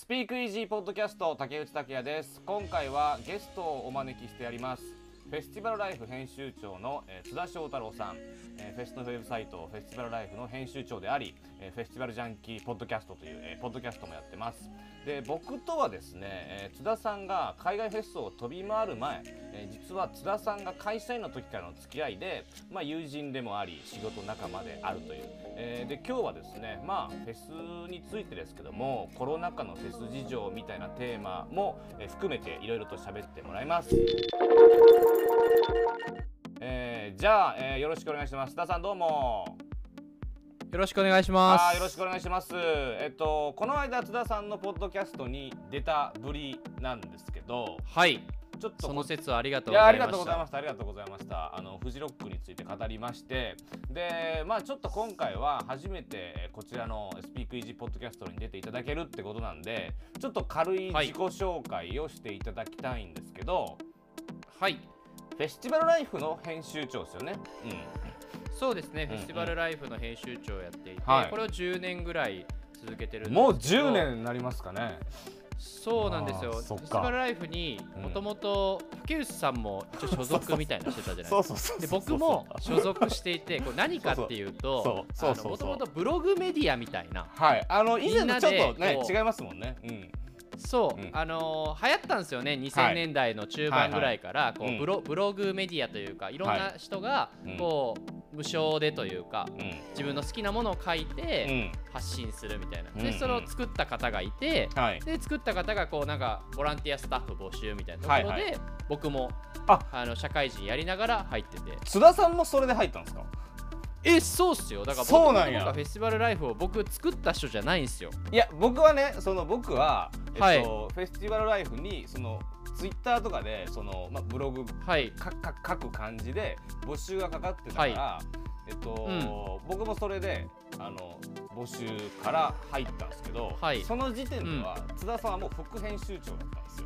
ピークイージーポッドキャスト竹内拓也です。今回はゲストをお招きしてやります。フェスティバルライフ編集長の津田翔太郎さん、フェスのウェブサイトフェスティバルライフの編集長であり、フェスティバルジャンキーポッドキャストという、ポッドキャストもやってます。で、僕とはですね、津田さんが海外フェスを飛び回る前、実は津田さんが会社員の時からの付き合いで、友人でもあり仕事仲間であるという、で今日はですね、フェスについてですけども、コロナ禍のフェス事情みたいなテーマも、含めていろいろと喋ってもらいます。じゃあ、よろしくお願いします。津田さんどうもよろしくお願いします。 よろしくお願いします。この間津田さんのポッドキャストに出たぶりなんですけど、 はい。 ちょっとその説はありがとうございました。 ありがとうございました。ありがとうございました。フジロックについて語りまして、で、ちょっと今回は初めてこちらのスピークイージーポッドキャストに出ていただけるってことなんで、ちょっと軽い自己紹介をしていただきたいんですけど、 はい。 フェスティバルライフの編集長ですよね。 そうですね、フェスティバルライフの編集長をやっていて、 はい、 これを10年ぐらい続けてるんですけど。 もう10年になりますかね。 そうなんですよ。フェスティバルライフにもともと竹内さんも一応所属みたいなしてたじゃないですか。で、僕も所属していて、これ何かっていうと、もともとブログメディアみたいな。 はい。以前とちょっとね違いますもんね。 そう、流行ったんですよね。2000年代の中盤ぐらいからこうブログメディアというか、いろんな人がこう無償でというか、自分の好きなものを書いて発信するみたいな。で、それを作った方がいて、で作った方がこうなんかボランティアスタッフ募集みたいなところで、僕も社会人やりながら入ってて。 津田さんもそれで入ったんですか？ そうっすよ。だから僕がフェスティバルライフを僕作った人じゃないんですよ。 いや、僕はね、僕は、フェスティバルライフにツイッターとかでブログ、書く感じで募集がかかってたから、僕もそれで募集から入ったんですけど、その時点では津田さんはもう副編集長だったんですよ。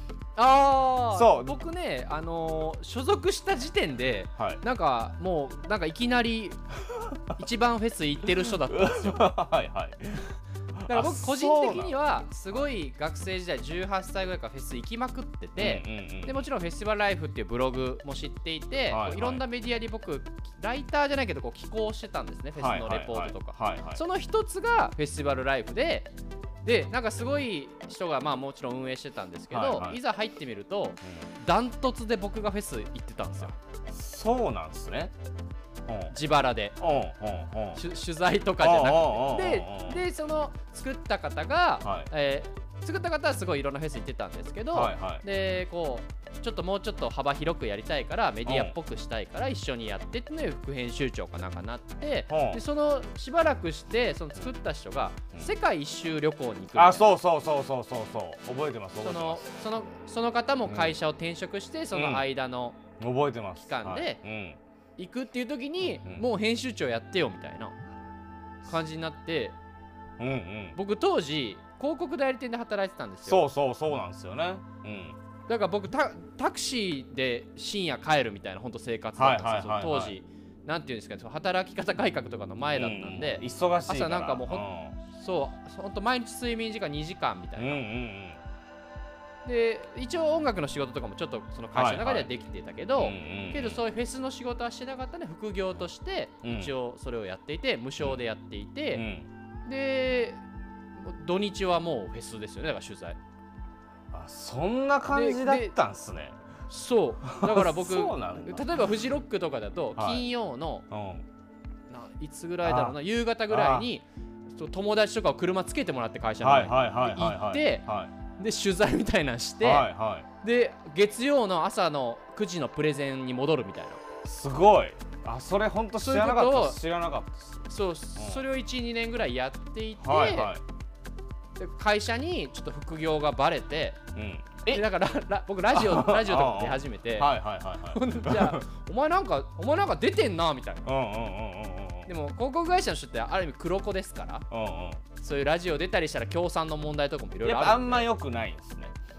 僕ね、所属した時点で、なんかもうなんかいきなり一番フェス行ってる人だったんですよ。だから僕個人的にはすごい学生時代18歳ぐらいからフェス行きまくってて、でもちろんフェスティバルライフっていうブログも知っていて、いろんなメディアに僕ライターじゃないけどこう寄稿してたんですね。フェスのレポートとか。その一つがフェスティバルライフで、なんかすごい人がもちろん運営してたんですけど、いざ入ってみるとダントツで僕がフェス行ってたんですよ。 そうなんですね。 自腹で取材とかじゃなくて、でその作った方が、作った方はすごいいろんなフェス行ってたんですけど、でこうちょっともうちょっと幅広くやりたいからメディアっぽくしたいから一緒にやってってね、副編集長かなんかなって、でそのしばらくしてその作った人が世界一周旅行に行くみたいな。 そう覚えてます。 その方も会社を転職して、その間の覚えてます期間で行くっていう時に、もう編集長やってよみたいな感じになって、僕当時広告代理店で働いてたんですよ。 そうなんですよね。 だから僕タクシーで深夜帰るみたいな本当生活だったんですよ。当時なんていうんですかね、働き方改革とかの前だったんで、 忙しいから朝なんかもう本当毎日睡眠時間2時間みたいな。で一応音楽の仕事とかもちょっとその会社の中ではできてたけど、けどそういうフェスの仕事はしてなかったので、副業として一応それをやっていて、無償でやっていて、で土日はもうフェスですよね。だから取材。 そんな感じだったんすね。 そうだから僕例えばフジロックとかだと金曜のいつぐらいだろうな、夕方ぐらいに友達とかを車つけてもらって会社の前に行って、で取材みたいなのして、で月曜の朝の9時のプレゼンに戻るみたいな。 すごい。それ本当知らなかった。 それを 1,2 年ぐらいやっていて、で会社にちょっと副業がバレて、だから僕ラジオとか出始めて、じゃあお前なんか出てんなみたいな。でも広告会社の人ってある意味黒子ですから、そういうラジオ出たりしたら協賛の問題とかもいろいろあるんで、 あんま良くないんですね。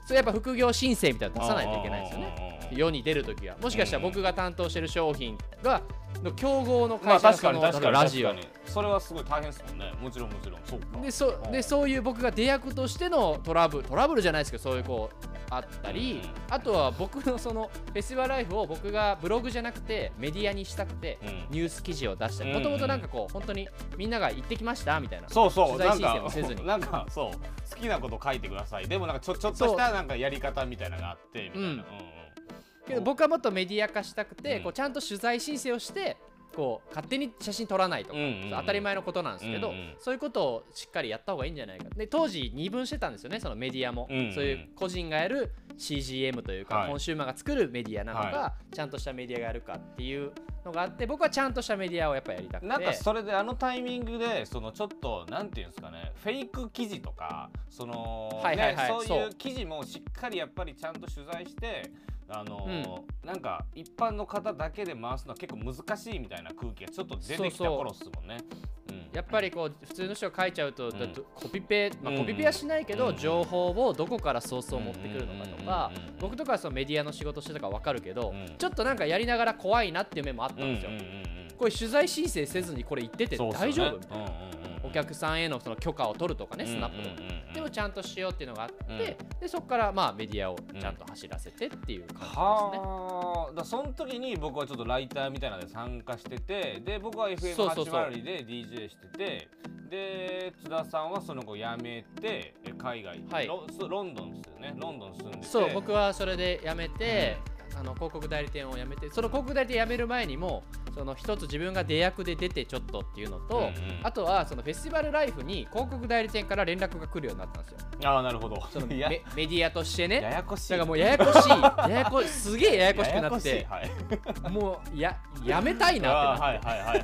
それやっぱ副業申請みたいなの出さないといけないんですよね。世に出るときはもしかしたら僕が担当してる商品がの競合の会社のそのラジオ、 それはすごい大変ですもんね。もちろんそうか。でそういう僕が出役としてのトラブルじゃないですけど、そういうこうあったり、あとは僕のそのフェスティバルライフを僕がブログじゃなくてメディアにしたくてニュース記事を出したり、もともとなんかこう本当にみんなが行ってきましたみたいな、 取材申請もせずになんかそう好きなこと書いてください、でもなんかちょっとしたなんかやり方みたいなのがあってみたいな。 けど僕はもっとメディア化したくて、こうちゃんと取材申請をしてこう勝手に写真撮らないとか、当たり前のことなんですけど、そういうことをしっかりやった方がいいんじゃないか。で当時二分してたんですよね、そのメディアも、そういう個人がやる CGM というか、コンシューマーが作るメディアなのか、ちゃんとしたメディアがやるかっていうのがあって、僕はちゃんとしたメディアをやっぱやりたくて、 なんかそれであのタイミングでそのちょっとなんていうんですかね、フェイク記事とかそういう記事もしっかりやっぱりちゃんと取材してなんか一般の方だけで回すのは結構難しいみたいな空気がちょっと出てきた頃っすもんね。 やっぱりこう普通の人が書いちゃうと、コピペはしないけど、情報をどこからソースを持ってくるのかとか、僕とかはそのメディアの仕事してたから分かるけど、ちょっとなんかやりながら怖いなっていう面もあったんですよ。これ取材申請せずにこれ言ってて大丈夫みたいな、お客さんへのその許可を取るとかね、スナップとか、でもちゃんとしようっていうのがあって、でそこからまあメディアをちゃんと走らせてっていう感じですね。 だその時に僕はちょっとライターみたいなので参加してて、で僕は FM802 で DJ してて、で津田さんはその後辞めて海外、ロンドンですよね。ロンドン住んでて、 そう僕はそれで辞めて、広告代理店を辞めて、その広告代理店辞める前にもその一つ自分が出役で出てちょっとっていうのと、あとはそのフェスティバルライフに広告代理店から連絡が来るようになったんですよ。 なるほど。 そのメディアとしてね、 ややこしい。 だからもうややこしいすげえややこしくなって、もうやめたいなってなって、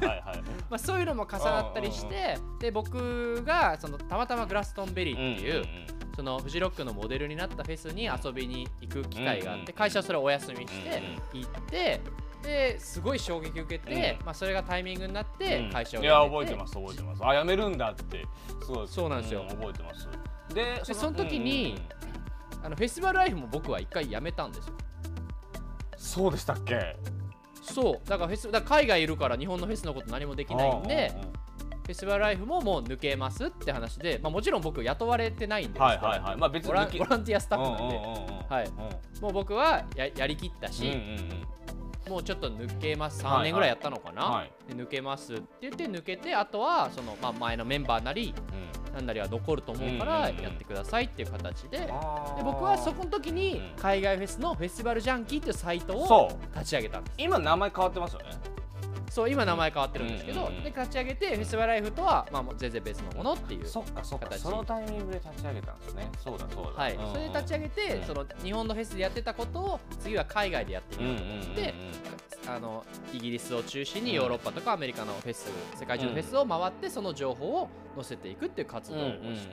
そういうのも重なったりして、で僕がそのたまたまグラストンベリーっていうそのフジロックのモデルになったフェスに遊びに行く機会があって、会社はそれをお休みして行って、ですごい衝撃を受けて、それがタイミングになって会社を辞めて、 いや覚えてます。辞めるんだってそうなんですよ。 覚えてます。 でその時にフェスティバルライフも僕は一回辞めたんですよ。 そうでしたっけ？ そうだから海外いるから日本のフェスのこと何もできないんで、フェスティバルライフももう抜けますって話で、もちろん僕雇われてないんで、 別にボランティアスタッフなんで、もう僕は やりきったし、もうちょっと抜けます、3年ぐらいやったのかな、で抜けますって言って抜けて、あとはその、前のメンバーなり、なんなりは残ると思うからやってくださいっていう形で、僕はそこの時に海外フェスのフェスティバルジャンキーっていうサイトを立ち上げたんです。 今名前変わってますよね。 そう今名前変わってるんですけど、で立ち上げてフェスティバルライフとはもう全然別のものっていう形。 そのタイミングで立ち上げたんですね。そうだはい、それで立ち上げて、その日本のフェスでやってたことを次は海外でやってみようと思ってイギリスを中心にヨーロッパとかアメリカのフェス、世界中のフェスを回ってその情報を載せていくっていう活動をして、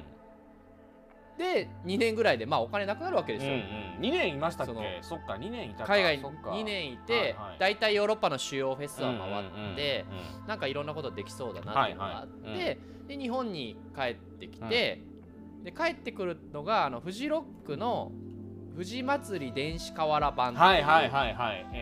で2年ぐらいでお金なくなるわけですよ。 2年いましたっけ？そっか2年いたか。 海外に2年いて、大体ヨーロッパの主要フェスは回って、なんかいろんなことできそうだなっていうのがあって、で日本に帰ってきて、で帰ってくるのがフジロックのフジ祭り電子瓦版っていう、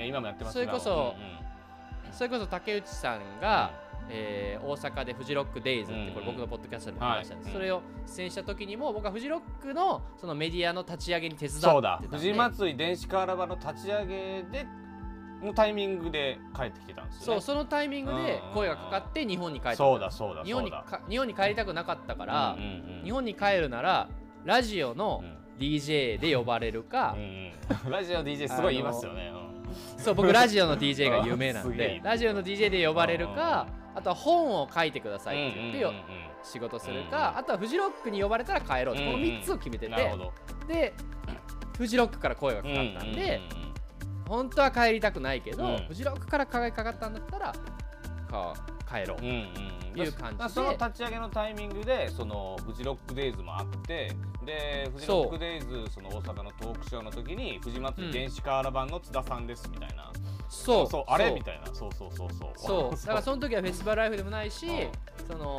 今もやってます。 それこそ竹内さんが大阪でフジロックデイズってこれ僕のポッドキャストでも話したんです。それを出演した時にも僕はフジロックのそのメディアの立ち上げに手伝ってたんで、 そうだ、フジ祭り電子瓦版の立ち上げでのタイミングで帰ってきてたんですよね。 そのタイミングで声がかかって日本に帰ってきた。日本に帰りたくなかったから、日本に帰るならラジオの DJ で呼ばれるか、 ラジオ DJ すごい言いますよね。 そう僕ラジオの DJ が有名なんでラジオの DJ で呼ばれるか、あとは本を書いてくださいって言って仕事するか、あとはフジロックに呼ばれたら帰ろう、この3つを決めてて、でフジロックから声がかかったんで、本当は帰りたくないけど、フジロックから声がかかったんだったら帰ろうっていう感じで、 その立ち上げのタイミングでそのフジロックデイズもあって、でフジロックデイズその大阪のトークショーの時にフジ祭り電子瓦版の津田さんですみたいな、あれみたいな、そうだからその時はフェスティバルライフでもないし、その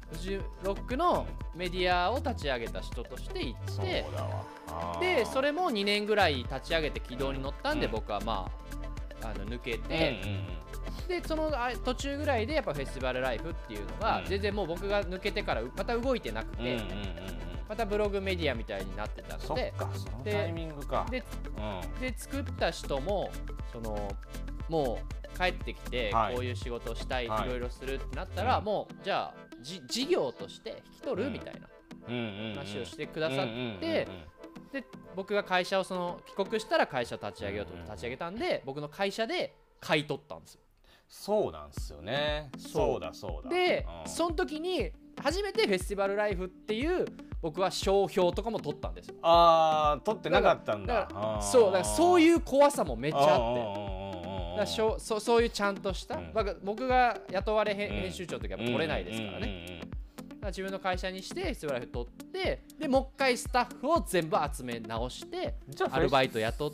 フジロックのメディアを立ち上げた人として行って、でそれも2年ぐらい立ち上げて軌道に乗ったんで、僕はまあ抜けて、でその途中ぐらいでやっぱフェスティバルライフっていうのが全然もう僕が抜けてからまた動いてなくて、またブログメディアみたいになってたので、 そのタイミングか。 で作った人ももう帰ってきてこういう仕事をしたい、いろいろするってなったら、もうじゃあ事業として引き取るみたいな話をしてくださって、で僕が会社を帰国したら会社を立ち上げようと思って立ち上げたんで、僕の会社で買い取ったんですよ。 そうなんですよね。そうだ。 で、その時に初めてフェスティバルライフっていう僕は商標とかも取ったんですよ。 取ってなかったんだ。 そういう怖さもめっちゃあって、そういうちゃんとした、僕が雇われ編集長の時は取れないですからね。自分の会社にしてフェスティバルライフ取って、でもう一回スタッフを全部集め直してアルバイト雇って。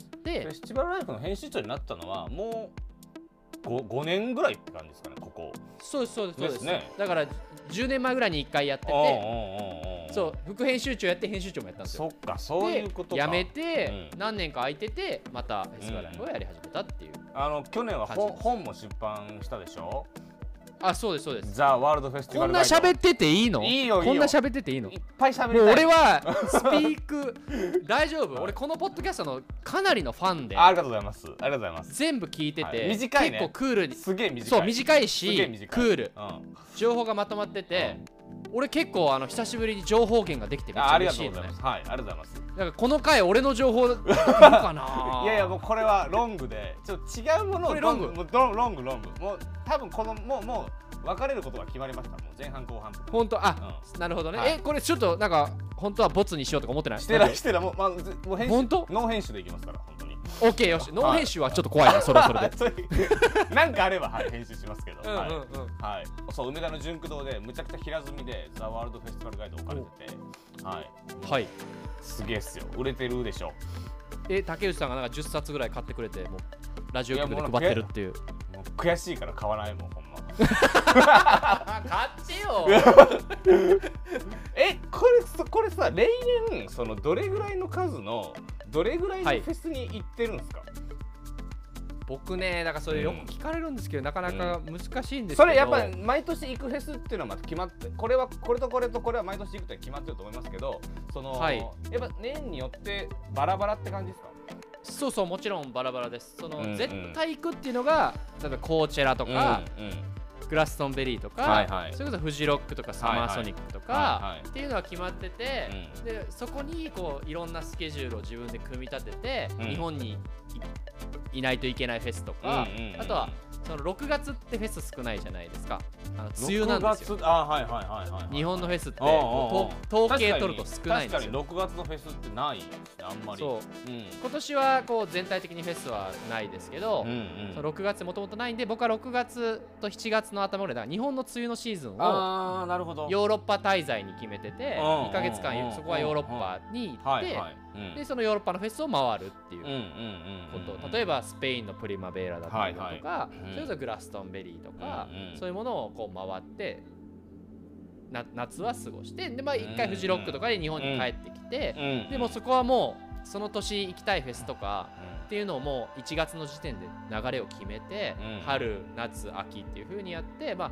フェスティバルライフの編集長になったのはもう5年ぐらいって感じですかね、ここ。 そうですね。だから10年前ぐらいに1回やってて、そう副編集長やって編集長もやったんですよ。 そっか、そういうことか。 辞めて、何年か空いててまたフェスティバルライフをやり始めたっていう。 去年は本も出版したでしょ。 そうですザ・ワールドフェスティバル。 こんな喋ってていいの？ いいよ。 こんな喋ってていいの？ いっぱい喋りたい。 もう俺はスピーク大丈夫？俺このポッドキャストのかなりのファンで。 ありがとうございます。 全部聞いてて、 短いね。 結構クールに。 すげえ短い。 そう、短いしクール。情報がまとまってて、俺結構久しぶりに情報源ができてめっちゃ嬉しいのね。 はい、ありがとうございます。 だからこの回俺の情報いいかな。 いやもうこれはロングでちょっと違うものを。 ロング。 もう多分このもう別れることが決まりました。もう前半後半とか。 本当なるほどね。これちょっとなんか本当はボツにしようとか思ってない？ してないもう編集。本当？ノー編集でいきますから本当に。 オッケー、よし。ノー編集はちょっと怖いな、それで。なんかあれば編集しますけど。はい。そう、梅田の純駆動でむちゃくちゃ平積みでザワールドフェスティバルガイド置かれてて、 はい。 すげえっすよ。売れてるでしょ。 竹内さんがなんか10冊ぐらい買ってくれて、もうラジオ局で配ってるっていう。 もう悔しいから買わないもん、ほんま。 買ってよ。 これさ、例年どれぐらいの数のどれぐらいのフェスに行ってるんですか？ 僕ね、だからそれよく聞かれるんですけど、なかなか難しいんですけど、 それやっぱ毎年行くフェスっていうのはまた決まって、これとこれとこれは毎年行くって決まってると思いますけど、やっぱ年によってバラバラって感じですか？ そう、もちろんバラバラです。絶対行くっていうのが例えばコーチェラとか、グラストンベリーとか、それこそフジロックとかサマーソニックとかっていうのは決まってて、でそこにこういろんなスケジュールを自分で組み立てて、日本にいないといけないフェスとか、あとは6月ってフェス少ないじゃないですか。梅雨なんですよ。日本のフェスって統計取ると少ないんですよ。 確かに6月のフェスってないですね、あんまり。 そう、今年はこう全体的にフェスはないですけど、6月もともとないんで、僕は6月と7月の頭ぐらいだから日本の梅雨のシーズンをヨーロッパ滞在に決めてて、2ヶ月間そこはヨーロッパに行って、でそのヨーロッパのフェスを回るっていうこと。例えばスペインのプリマベーラだったりとか、それこそグラストンベリーとか、そういうものをこう回って夏は過ごして、で1回フジロックとかで日本に帰ってきて、でもそこはもうその年行きたいフェスとかっていうのをもう1月の時点で流れを決めて、春夏秋っていう風にやって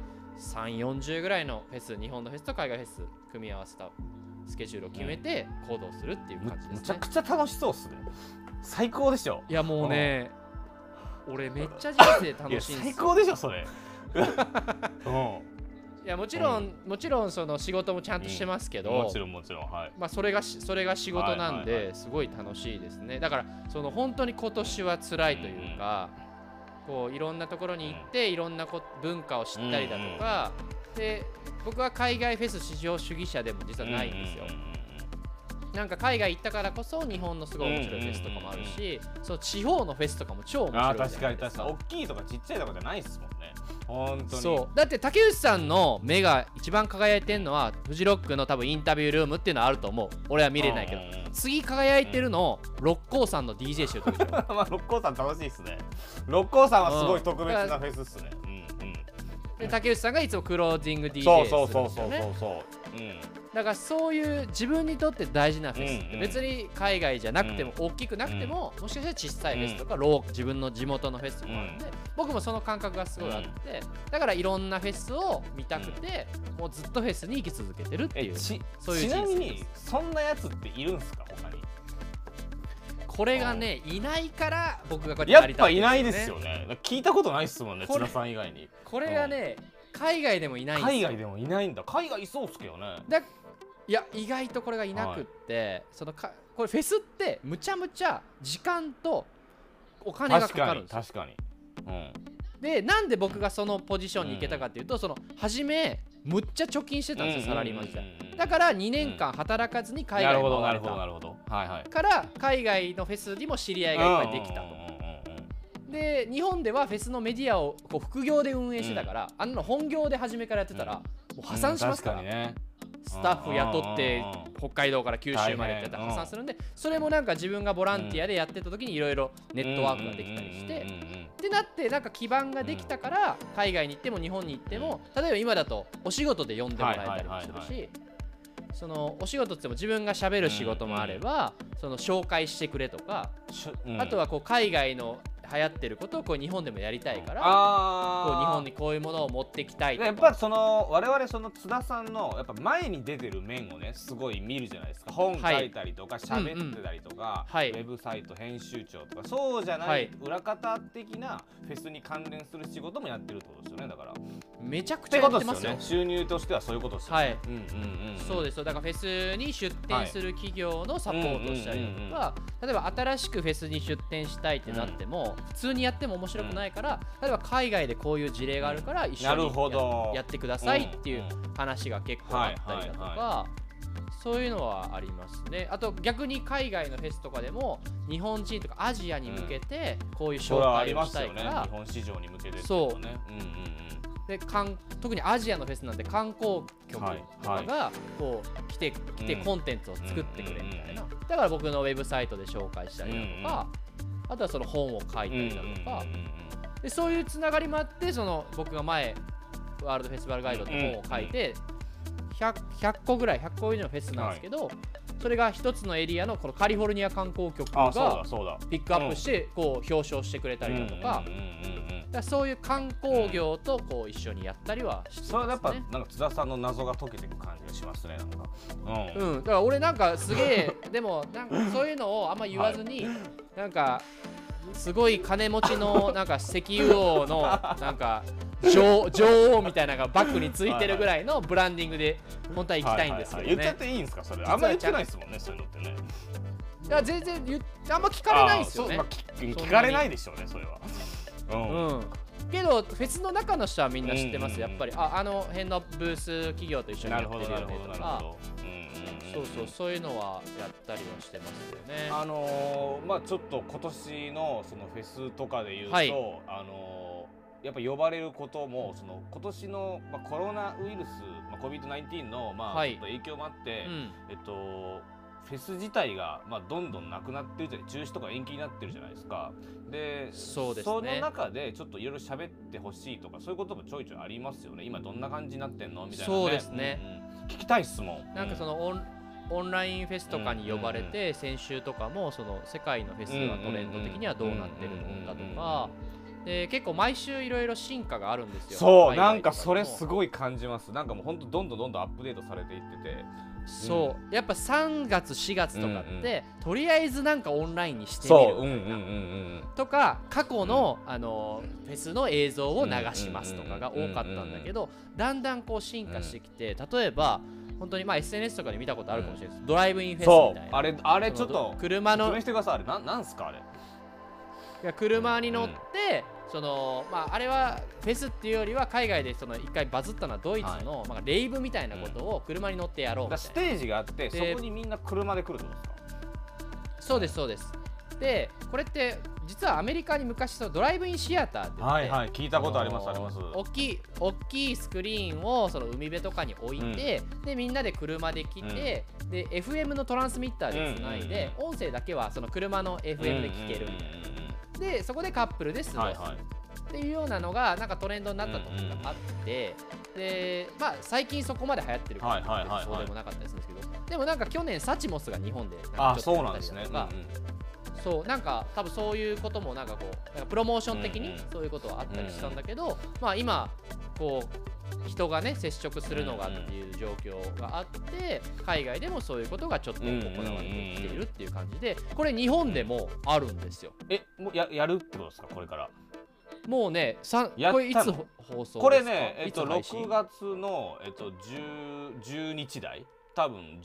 、3、40ぐらいのフェス、日本のフェスと海外フェス組み合わせたスケジュールを決めて行動するっていう感じですね。 めちゃくちゃ楽しそうっすね。最高でしょ。 いやもうね、俺めっちゃ人生楽しいんですよ。 最高でしょそれ。 いやもちろんその仕事もちゃんとしてますけど、 もちろんそれが仕事なんですごい楽しいですね。だから本当に今年は辛いというか、こういろんなところに行っていろんな文化を知ったりだとか、で僕は海外フェス至上主義者でも実はないんですよ。なんか海外行ったからこそ日本のすごい面白いフェスとかもあるし、地方のフェスとかも超面白いじゃないですか。 確かに大きいとかちっちゃいとかじゃないですもんね。本当に。 そうだって竹内さんの目が一番輝いてるのはフジロックの多分インタビュールームっていうのはあると思う。俺は見れないけど、次輝いてるの六甲山の DJ 集とかでしょ。 六甲山楽しいっすね。六甲山はすごい特別なフェスっすね。 で竹内さんがいつもクロージング DJ するんですよね。 そうだからそういう自分にとって大事なフェスって別に海外じゃなくても大きくなくても、もしかしたら小さいフェスとか自分の地元のフェスとかあるんで、僕もその感覚がすごいあって、だからいろんなフェスを見たくて、もうずっとフェスに行き続けてるっていう、そういう人生です。 ちなみにそんなやつっているんすか他に？ これがね、いないから僕がこうやってやっぱいないですよね。聞いたことないっすもんね、津田さん以外に。 これがね、海外でもいないんですよ。 海外でもいないんだ。海外いそうっすけどね。 いや意外とこれがいなくって、これフェスってむちゃむちゃ時間とお金がかかるんですよ。 確かに。 でなんで僕がそのポジションに行けたかっていうと、初めむっちゃ貯金してたんですよ、サラリーマン時代。だから2年間働かずに海外に回れたから海外のフェスにも知り合いがいっぱいできたと。で日本ではフェスのメディアを副業で運営してたから、あんなの本業で初めからやってたらもう破産しますから、スタッフ雇って北海道から九州までやってたら破産するんで、それもなんか自分がボランティアでやってた時にいろいろネットワークができたりしてってなって、なんか基盤ができたから海外に行っても日本に行っても、例えば今だとお仕事で呼んでもらえたりもするし、そのお仕事っても自分がしゃべる仕事もあれば、その紹介してくれとか、あとは海外の流行ってることを日本でもやりたいから、日本にこういうものを持ってきたいとか。 やっぱ我々津田さんのやっぱ前に出てる面をねすごい見るじゃないですか。本書いたりとか喋ってたりとか、ウェブサイト編集長とか、そうじゃない裏方的なフェスに関連する仕事もやってるってことですよね。だからめちゃくちゃやってますよ。 収入としてはそういうことですよね。 そうですよ。だからフェスに出店する企業のサポートをしたりとか、例えば新しくフェスに出店したいってなっても、普通にやっても面白くないから、例えば海外でこういう事例があるから一緒にやってくださいっていう話が結構あったりだとか、そういうのはありますね。あと逆に海外のフェスとかでも日本人とかアジアに向けてこういう紹介をしたいから、 日本市場に向けてそうで特にアジアのフェスなんて観光局とかが来てコンテンツを作ってくれみたいな、だから僕のウェブサイトで紹介したりだとか、あとはその本を書いたりだとか、でそういうつながりもあって、僕が前ワールドフェスティバルガイドって本を書いて100個ぐらい100個以上のフェスなんですけど、それが一つのエリアのこのカリフォルニア観光局がピックアップして表彰してくれたりだとか、そういう観光業と一緒にやったりはしてますね。 それはやっぱなんか津田さんの謎が解けていく感じがしますね。なんかだから俺なんかすげえでもなんかそういうのをあんま言わずに、なんかすごい金持ちのなんか石油王のなんか女王みたいなのがバッグについてるぐらいのブランディングで本当は行きたいんですけどね。 言っちゃっていいんですかそれ？あんま言ってないですもんね、そういうのってね。 いや全然あんま聞かれないですよね。 聞かれないでしょうね、それは。 けどフェスの中の人はみんな知ってます。やっぱりあの辺のブース企業と一緒にやってるよねとか、そういうのはやったりはしてますよね。 ちょっと今年のそのフェスとかで言うと、やっぱ呼ばれることも今年のコロナウイルス、COVID-19 のちょっと影響もあって、フェス自体がどんどんなくなってるじゃない、中止とか延期になってるじゃないですか。で、その中でちょっといろいろ喋ってほしいとかそういうこともちょいちょいありますよね。今どんな感じになってんのみたいなね。 そうですね。 聞きたいっすもん。 なんかオンラインフェスとかに呼ばれて、先週とかも世界のフェスはトレンド的にはどうなってるのかとか、で結構毎週いろいろ進化があるんですよ。 そう、なんかそれすごい感じます。なんかもうほんとどんどんアップデートされていってて、 そうやっぱ3月4月とかって、とりあえずなんかオンラインにしてみるとか、過去の、フェスの映像を流しますとかが多かったんだけど、だんだん進化してきて、例えば本当にSNS とかで見たことあるかもしれないです。ドライブインフェスみたいな。 あれちょっと車の説明してください。あれなんすかあれ。 いや車に乗って、あれはフェスっていうよりは海外で一回バズったのはドイツの、レイブみたいなことを車に乗ってやろうみたいな。 ステージがあって、そこにみんな車で来るってことですか？ そうですそうです。でこれって実はアメリカに昔ドライブインシアターって聞いたことあります。 大きいスクリーンを海辺とかに置いて、でみんなで車で来て、で FM のトランスミッターでつないで、音声だけはその車の FM で聞けるみたいな。でそこでカップルで過ごす。 っていうようなのがなんかトレンドになった時があって、でまあ最近そこまで流行ってるからそうでもなかったりするんですけど、でもなんか去年サチモスが日本でなんかちょっとやったりだとか、そうなんか多分そういうこともなんかこうなんかプロモーション的にそういうことはあったりしたんだけど、まあ今こう人がね接触するのがっていう状況があって、海外でもそういうことがちょっと行われてきているっていう感じで、これ日本でもあるんですよ。 もうやるってことですか、これから。 もうね、これいつ放送ですか？ これね、6月の10日台、多分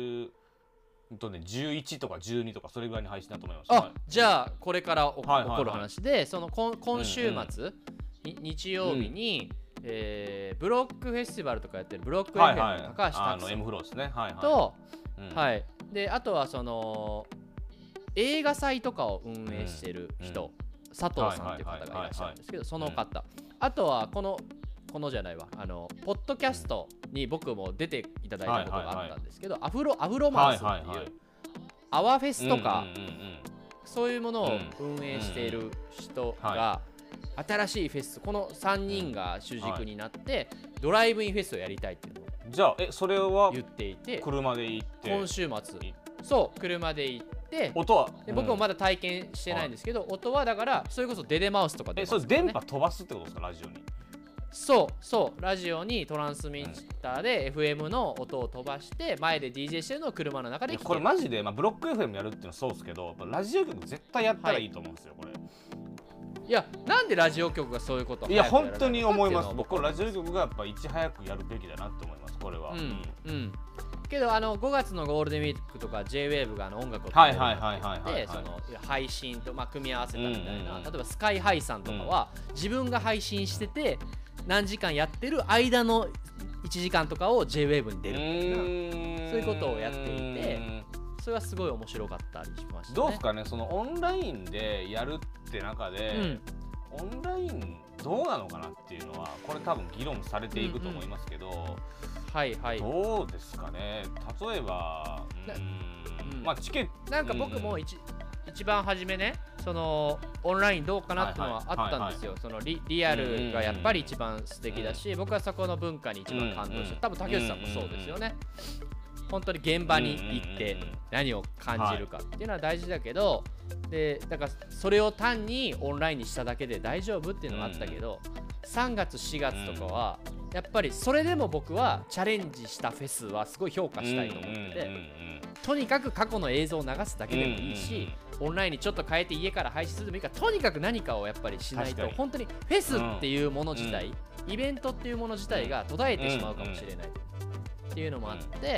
11とか12とかそれぐらいに配信だと思います。 じゃあこれから起こる話で、その今週末、日曜日に、ブロックフェスティバルとかやってるブロック FM の高橋拓さん M フローですね、 と、であとはその映画祭とかを運営してる人、佐藤さんっていう方がいらっしゃるんですけど、その方、あとはこのじゃないわ、ポッドキャストに僕も出ていただいたことがあったんですけど、アフロマンスっていうアワフェスとかそういうものを運営している人が新しいフェス、この3人が主軸になってドライブインフェスをやりたいっていうのをじゃあそれは言っていて、 車で行って今週末そう車で行って、 音はで僕もまだ体験してないんですけど、音はだからそれこそデデマウスとかで、 それ電波飛ばすってことですか、ラジオに。 そうラジオにトランスミッターで FM の音を飛ばして前で DJ してるのを車の中で聞ける。 これマジで、ブロック FM やるっていうのはそうですけど、ラジオ局絶対やったらいいと思うんですよ、これ。 いや、なんでラジオ局がそういうことをいや本当に思います。僕はラジオ局がやっぱいち早くやるべきだなって思います、これは。 けど5月のゴールデンウィークとか JWAVE が音楽を作ってその配信と組み合わせたみたいな、例えばスカイハイさんとかは自分が配信してて何時間やってる間の1時間とかを JWAVE に出るみたいな、そういうことをやっていて、それはすごい面白かったりしましたね。 どうですかね、そのオンラインでやるって中で、オンラインどうなのかなっていうのはこれ多分議論されていくと思いますけど、どうですかね。例えばチケットなんか僕も一番初めね、そのオンラインどうかなっていうのはあったんですよ。そのリアルがやっぱり一番素敵だし、僕はそこの文化に一番感動して、多分竹内さんもそうですよね。本当に現場に行って何を感じるかっていうのは大事だけど、でだからそれを単にオンラインにしただけで大丈夫っていうのがあったけど、3月4月とかはやっぱりそれでも僕はチャレンジしたフェスはすごい評価したいと思ってて、とにかく過去の映像を流すだけでもいいし、オンラインにちょっと変えて家から配信するでもいいから、とにかく何かをやっぱりしないと、本当にフェスっていうもの自体、イベントっていうもの自体が途絶えてしまうかもしれないっていうのもあって、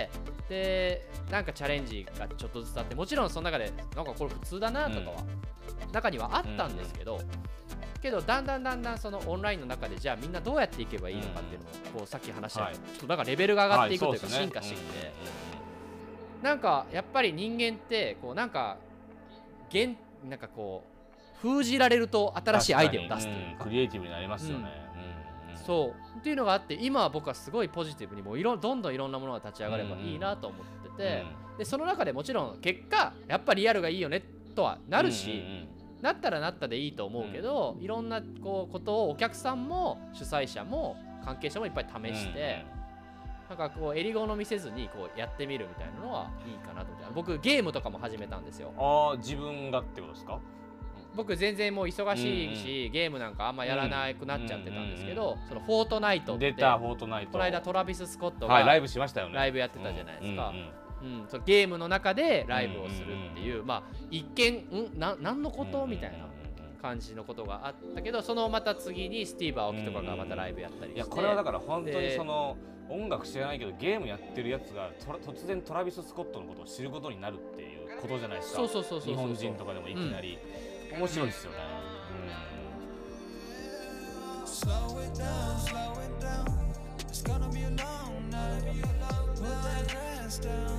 でなんかチャレンジがちょっとずつあって、もちろんその中でなんかこれ普通だなとかは中にはあったんですけど、だんだんそのオンラインの中でじゃあみんなどうやっていけばいいのかっていうのをこうさっき話したように、ちょっとなんかレベルが上がっていくというか進化してきて、なんかやっぱり人間ってこうなんかこう封じられると新しいアイデアを出すというか、 クリエイティブになりますよね。 そうっていうのがあって、今は僕はすごいポジティブにもどんどんいろんなものが立ち上がればいいなと思ってて、でその中でもちろん結果やっぱりリアルがいいよねとはなるし、なったらなったでいいと思うけど、いろんなことをお客さんも主催者も関係者もいっぱい試して、なんかこう襟好みせずにこうやってみるみたいなのはいいかなと思って、僕ゲームとかも始めたんですよ。 自分がってことですか？ 僕全然もう忙しいし、ゲームなんかあんまやらなくなっちゃってたんですけど、そのフォートナイトってこの間トラビス・スコットがライブしましたよね。 ライブやってたじゃないですか。そのゲームの中でライブをするっていう、一見何のことみたいな感じのことがあったけど、そのまた次にスティーブ・アオキとかがまたライブやったりして、 いやこれはだから本当にその音楽知らないけどゲームやってるやつが突然トラビス・スコットのことを知ることになるっていうことじゃないですか。日本人とかでもいきなり、面白いですよね。Slow it down, it's gonna be a long night. Put that glass down.